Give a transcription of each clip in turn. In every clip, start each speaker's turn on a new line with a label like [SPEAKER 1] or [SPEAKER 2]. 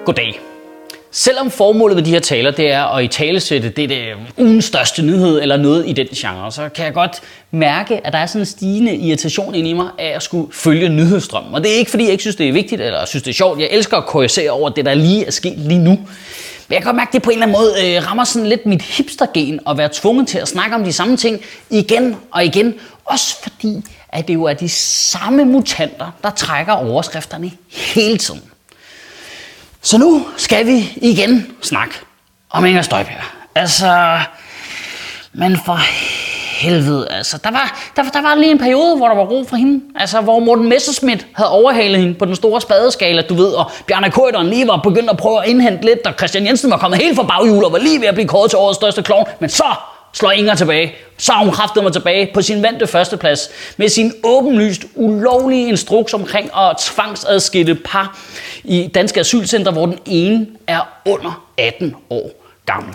[SPEAKER 1] Goddag. Selvom formålet med de her taler, det er at italesætte det ugens største nyhed eller noget i den genre, så kan jeg godt mærke, at der er sådan en stigende irritation inde i mig af at skulle følge nyhedsstrømmen. Og det er ikke fordi, jeg ikke synes, det er vigtigt eller synes, det er sjovt. Jeg elsker at korrigere over det, der lige er sket lige nu. Men jeg kan godt mærke, at det på en eller anden måde rammer sådan lidt mit hipstergen at være tvunget til at snakke om de samme ting igen og igen. Også fordi, at det jo er de samme mutanter, der trækker overskrifterne hele tiden. Så nu skal vi igen snakke om Inger Støjberg. Altså, men for helvede, altså. Der var lige en periode, hvor der var ro for hende. Altså, hvor Morten Messerschmidt havde overhalet hende på den store spadeskala, du ved, og Bjarne Corydon lige var begyndt at prøve at indhente lidt, og Christian Jensen var kommet helt fra baghjul og var lige ved at blive kåret til årets største klovn. Men så slår Inger tilbage. Så har hun kraftedeme tilbage på sin vante førsteplads med sin åbenlyst ulovlige instruks omkring at tvangsadskille par i danske asylcentre, hvor den ene er under 18 år gammel.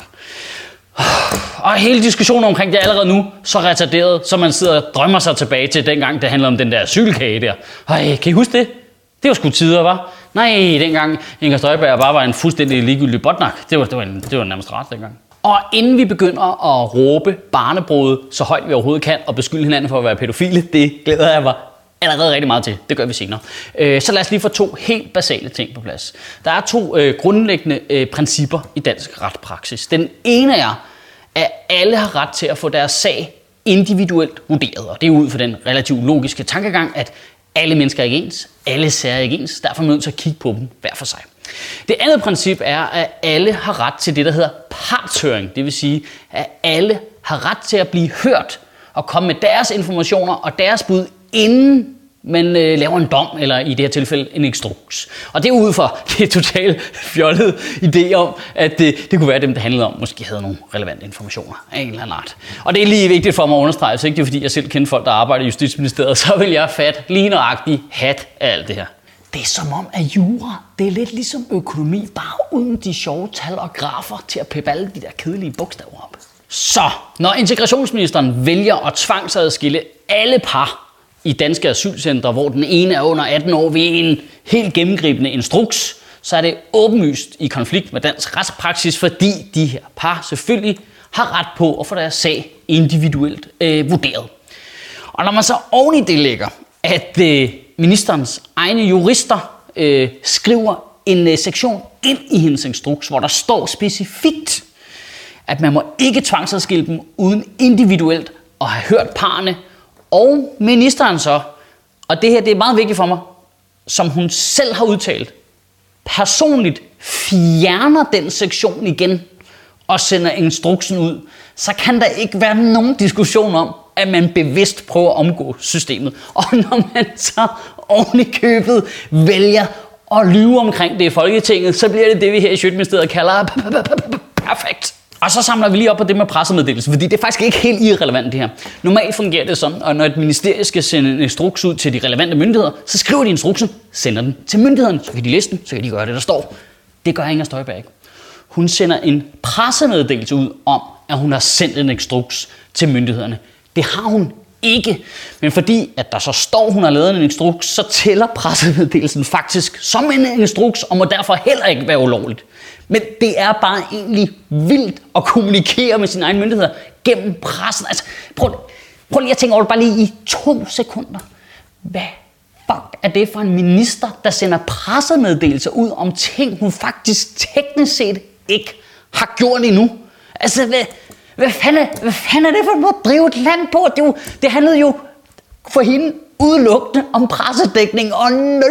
[SPEAKER 1] Og hele diskussionen omkring det er allerede nu så retarderet, så man sidder og drømmer sig tilbage til dengang, det handler om den der asylkage der. Kan I huske det? Det var sgu tider, var? Nej, dengang Inger Støjberg bare var en fuldstændig ligegyldig botnak. Det var nærmest ret dengang. Og inden vi begynder at råbe barnebrude så højt vi overhovedet kan og beskylde hinanden for at være pædofile, det glæder jeg mig allerede rigtig meget til. Det gør vi senere. Så lad os lige få to helt basale ting på plads. Der er to grundlæggende principper i dansk retspraksis. Den ene er, at alle har ret til at få deres sag individuelt vurderet. Og det er ud fra den relativt logiske tankegang, at alle mennesker er ikke ens, alle sager er ikke ens, derfor er man nødt til at kigge på dem hver for sig. Det andet princip er, at alle har ret til det, der hedder partshøring. Det vil sige, at alle har ret til at blive hørt og komme med deres informationer og deres bud, inden man laver en dom, eller i det her tilfælde en instruks. Og det er ud fra det totalt fjollede idé om, at det kunne være dem, der handlede om, måske havde nogle relevante informationer af en eller anden art. Og det er lige vigtigt for mig at understrege, så ikke det er fordi, jeg selv kender folk, der arbejder i Justitsministeriet, så vil jeg fat lige nøjagtigt hat af alt det her. Det er som om, at jura, det er lidt ligesom økonomi, bare uden de sjove tal og grafer til at peppe alle de der kedelige bogstaver op. Så, når integrationsministeren vælger at tvangsadskille alle par i danske asylcentre, hvor den ene er under 18 år ved en helt gennemgribende instruks, så er det åbenlyst i konflikt med dansk retspraksis, fordi de her par selvfølgelig har ret på at få deres sag individuelt vurderet. Og når man så oven i det lægger, at ministerens egne jurister skriver en sektion ind i hendes instruks, hvor der står specifikt, at man må ikke tvangsadskille dem uden individuelt at have hørt parrene, og ministeren så, og det her det er meget vigtigt for mig, som hun selv har udtalt, personligt fjerner den sektion igen og sender instruksen ud, så kan der ikke være nogen diskussion om, at man bevidst prøver at omgå systemet. Og når man så oven i købet vælger at lyve omkring det i Folketinget, så bliver det vi her i Justitsministeriet kalder perfekt. Og så samler vi lige op på det med pressemeddelelse, fordi det er faktisk ikke helt irrelevant det her. Normalt fungerer det sådan, at når et ministerie skal sende en instruks ud til de relevante myndigheder, så skriver de instruksen, sender den til myndighederne, så kan de læse den, så kan de gøre det, der står. Det gør Inger Støjberg ikke. Hun sender en pressemeddelelse ud om, at hun har sendt en instruks til myndighederne. Det har hun ikke. Men fordi at der så står, hun har lavet en instruks, så tæller pressemeddelelsen faktisk som en instruks, og må derfor heller ikke være ulovligt. Men det er bare egentlig vildt at kommunikere med sine egne myndigheder gennem pressen. Altså, prøv lige at tænke over det bare lige i 2 sekunder. Hvad fuck er det for en minister, der sender pressemeddelelser ud om ting, hun faktisk teknisk set ikke har gjort endnu? Altså, hvad fanden er det for en måde at drive et land på? Det handlede jo for hende udelukkende om pressedækning og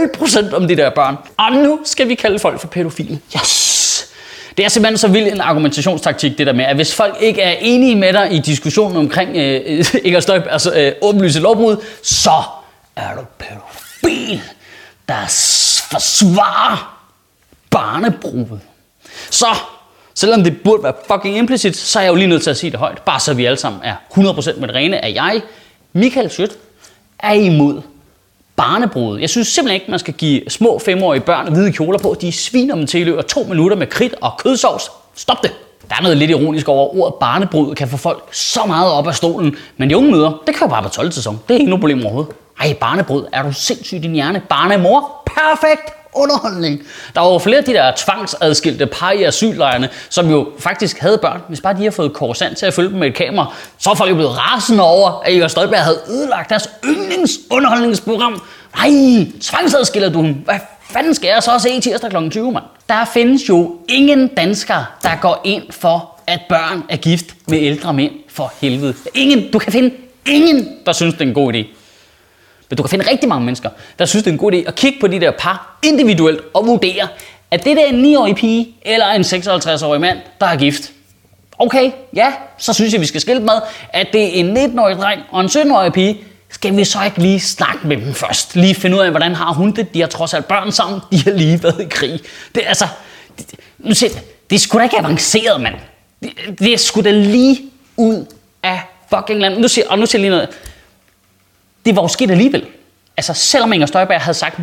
[SPEAKER 1] 0% om de der børn. Og nu skal vi kalde folk for pædofile. Yes! Det er simpelthen så vild en argumentationstaktik, det der med, at hvis folk ikke er enige med dig i diskussionen omkring Inger Støjberg, altså åbenlyse lovbrud, så er du pædofil, der forsvarer barnebruget. Så, selvom det burde være fucking implicit, så er jeg jo lige nødt til at sige det højt, bare så vi alle sammen er 100% med det rene, at jeg, Michael Schødt, er imod barnebruget. Jeg synes simpelthen ikke, man skal give små 5-årige børn hvide kjoler på. De sviner dem til i løbet af 2 minutter med kridt og kødsovs. Stop det! Der er noget lidt ironisk over ordet barnebrud kan få folk så meget op af stolen. Men de unge møder, det kan jo bare være 12. sæson. Det er ikke noget problem overhovedet. Ej, barnebrud, er du sindssyg i din hjerne? Barnemor? Perfekt! underholdning. Der var jo flere af de der tvangsadskilte par i asyllejrene, som jo faktisk havde børn. Hvis bare de har fået Korsand til at følge dem med et kamera, så var folk jo blevet rasende over, at Inger Støjberg havde ødelagt deres yndlingsunderholdningsprogram. Nej, tvangsadskiller du dem? Hvad fanden skal jeg så se tirsdag kl. 20, mand? Der findes jo ingen danskere, der går ind for, at børn er gift med ældre mænd, for helvede. Ingen. Du kan finde ingen, der synes, det er en god idé. Men du kan finde rigtig mange mennesker, der synes, det er en god idé at kigge på de der par individuelt og vurdere, at det der er en 9-årig pige eller en 56-årig mand, der er gift. Okay, ja, så synes jeg, vi skal skille med, at det er en 19-årig dreng og en 17-årig pige. Skal vi så ikke lige snakke med dem først? Lige finde ud af, hvordan har hun det? De har trods alt børn sammen. De har lige været i krig. Det er altså... Det er sgu da ikke avanceret, mand. Det er sgu da lige ud af fucking land. Nu siger jeg lige noget. Det var jo sket alligevel. Altså, selvom Inger Støjberg havde sagt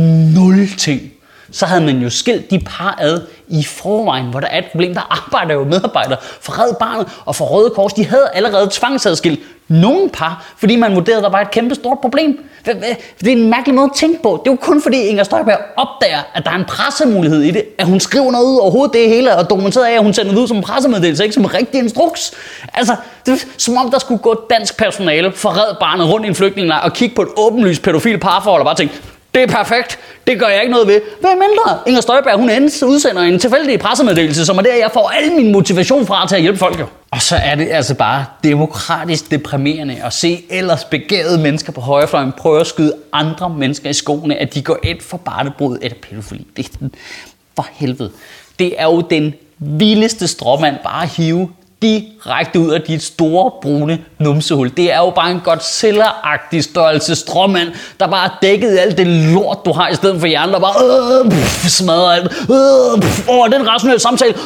[SPEAKER 1] 0 ting, så havde man jo skilt de par ad i forvejen, hvor der er et problem. Der arbejder jo medarbejdere for Red Barnet og for Røde Kors. De havde allerede tvangsadskilt nogle par, fordi man vurderede, at der var et kæmpe stort problem. Det er en mærkelig måde at tænke på. Det er jo kun fordi Inger Støjberg opdager, at der er en pressemulighed i det, at hun skriver noget ud overhovedet det hele, og dokumenteret af, at hun sender det ud som en pressemeddelelse, ikke som en rigtig instruks. Altså, det er som om der skulle gå dansk personale for Red Barnet rundt i en flygtningelejr og kigge på et åbenlyst pædofil parforhold og bare tænke, det er perfekt, det gør jeg ikke noget ved. Hvad mindre? Inger Støjberg, hun udsender en tilfældig pressemeddelelse, som er der, jeg får al min motivation fra til at hjælpe folk. Jo. Og så er det altså bare demokratisk deprimerende at se ellers begavede mennesker på højrefløjen prøve at skyde andre mennesker i skoene, at de går ind for barnebrud eller pædofili. Det er for helvede. Det er jo den vildeste stråmand bare at hive direkte ud af dit store brune numsehul. Det er jo bare en Godzilla-agtig størrelse stråmand, der bare er dækket i alt det lort, du har, i stedet for hjernen, der bare smadrer alt. Den rationelle samtale.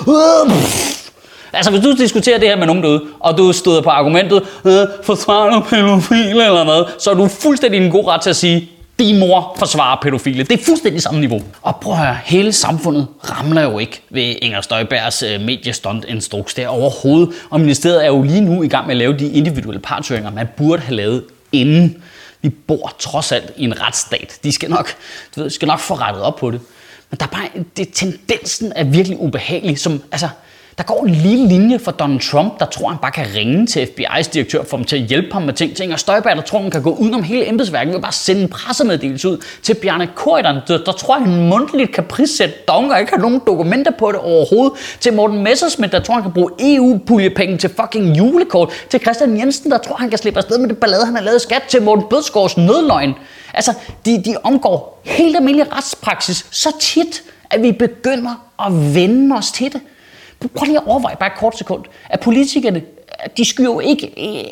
[SPEAKER 1] Altså, hvis du diskuterer det her med nogen derude, og du støder på argumentet, forsvarer pædofile eller noget, så er du fuldstændig i en god ret til at sige, din mor forsvarer pædofile. Det er fuldstændig samme niveau. Og prøv at høre, hele samfundet ramler jo ikke ved Inger Støjbergs mediestunt-instruks der overhovedet. Og ministeriet er jo lige nu i gang med at lave de individuelle partshøringer, man burde have lavet inden. Vi bor trods alt i en retsstat. De skal nok få rettet op på det. Men der er bare, tendensen er virkelig ubehagelig, som, altså, der går en lille linje for Donald Trump, der tror, han bare kan ringe til FBI's direktør for dem til at hjælpe ham med ting. Til Inger Støjberg, der tror, han kan gå udenom hele embedsværket ved bare sende en pressemeddelelse ud til Bjarne Corydon, der tror, han mundtligt kan prissætte Dong og ikke har nogen dokumenter på det overhovedet. Til Morten Messerschmidt, der tror, han kan bruge EU-puljepenge til fucking julekort. Til Christian Jensen, der tror, han kan slippe afsted med det ballade, han har lavet i skat. Til Morten Bødskårs nødløgn. Altså, de omgår helt almindelig retspraksis så tit, at vi begynder at vende os til det. Prøv lige at overveje bare et kort sekund, at politikerne, de skyer jo ikke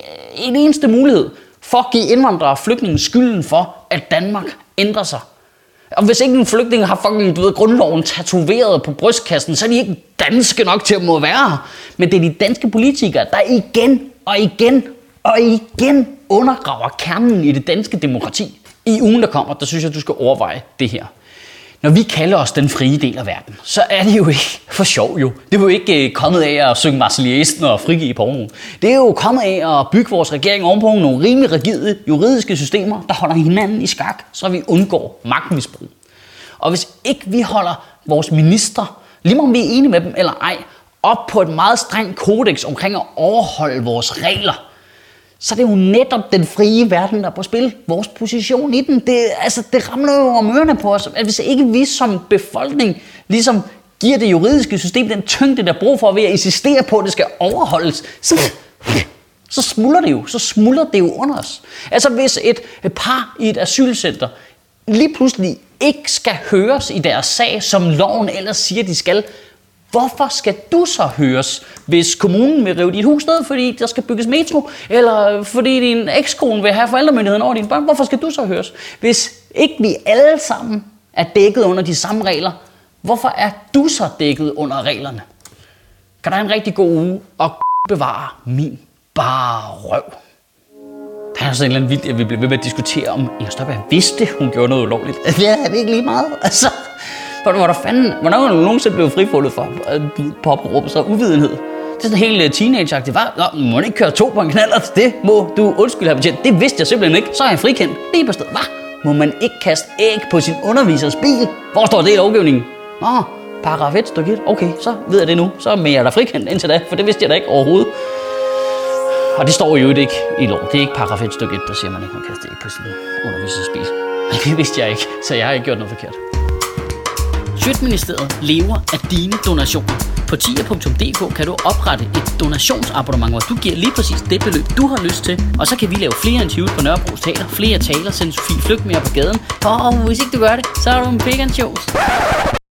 [SPEAKER 1] en eneste mulighed for at give indvandrere og flygtninge skylden for, at Danmark ændrer sig. Og hvis ikke en flygtning har fucking grundloven tatoveret på brystkassen, så er de ikke danske nok til at må være her. Men det er de danske politikere, der igen og igen og igen undergraver kernen i det danske demokrati. I ugen, der kommer, der synes jeg, du skal overveje det her. Når vi kalder os den frie del af verden, så er det jo ikke for sjov jo. Det er jo ikke kommet af at synge Marseillaisen og frigive porno. Det er jo kommet af at bygge vores regering ovenpå nogle rimelig rigide juridiske systemer, der holder hinanden i skak, så vi undgår magtmisbrug. Og hvis ikke vi holder vores ministre, lige om vi er enige med dem eller ej, op på et meget strengt kodex omkring at overholde vores regler, så det er jo netop den frie verden, der er på spil. Vores position i den, det ramler jo om ørerne på os. At hvis ikke vi som befolkning ligesom giver det juridiske system den tyngde, der er brug for ved at insistere på, at det skal overholdes, så smuldrer det jo. Så smuldrer det jo under os. Altså hvis et par i et asylcenter lige pludselig ikke skal høres i deres sag, som loven ellers siger, de skal, hvorfor skal du så høres, hvis kommunen vil rive dit hus ned, fordi der skal bygges metro, eller fordi din ekskone vil have forældremyndigheden over dine børn? Hvorfor skal du så høres? Hvis ikke vi alle sammen er dækket under de samme regler, hvorfor er du så dækket under reglerne? Kan der en rigtig god uge, og bevare min bare røv. Der er altså en eller anden vildt, at vi bliver ved med at diskutere, om Inger Støjberg vidste, hun gjorde noget ulovligt. Ja, er det ikke lige meget? Altså, hvornår er du nogensinde blevet frifundet for påberåbe sig uvidenhed? Det er sådan helt teenage-agtigt. Nå, må ikke køre 2 på en knallert. Det må du undskylde, her betjent. Det vidste jeg simpelthen ikke. Så er jeg frikendt. Lige på stedet. må man ikke kaste æg på sin undervisers bil. Hvor står det i lovgivningen? Nå, paragraf 1, stykke 1. Okay, så ved jeg det nu. Så er jeg da frikendt indtil da, for det vidste jeg da ikke overhovedet. Og det står jo ikke i lov. Det er ikke paragraf 1, stykke 1, der siger, man ikke må kaste æg på sin undervisers bil. Men det vidste jeg ikke, så jeg har ikke gjort noget forkert. Sjøtministeriet lever af dine donationer. På tier.dk kan du oprette et donationsabonnement, hvor du giver lige præcis det beløb, du har lyst til. Og så kan vi lave flere interviews på Nørrebros Teater, flere taler, sende Sofie Flygt mere på gaden. Og hvis ikke du gør det, så er du en vegan shows.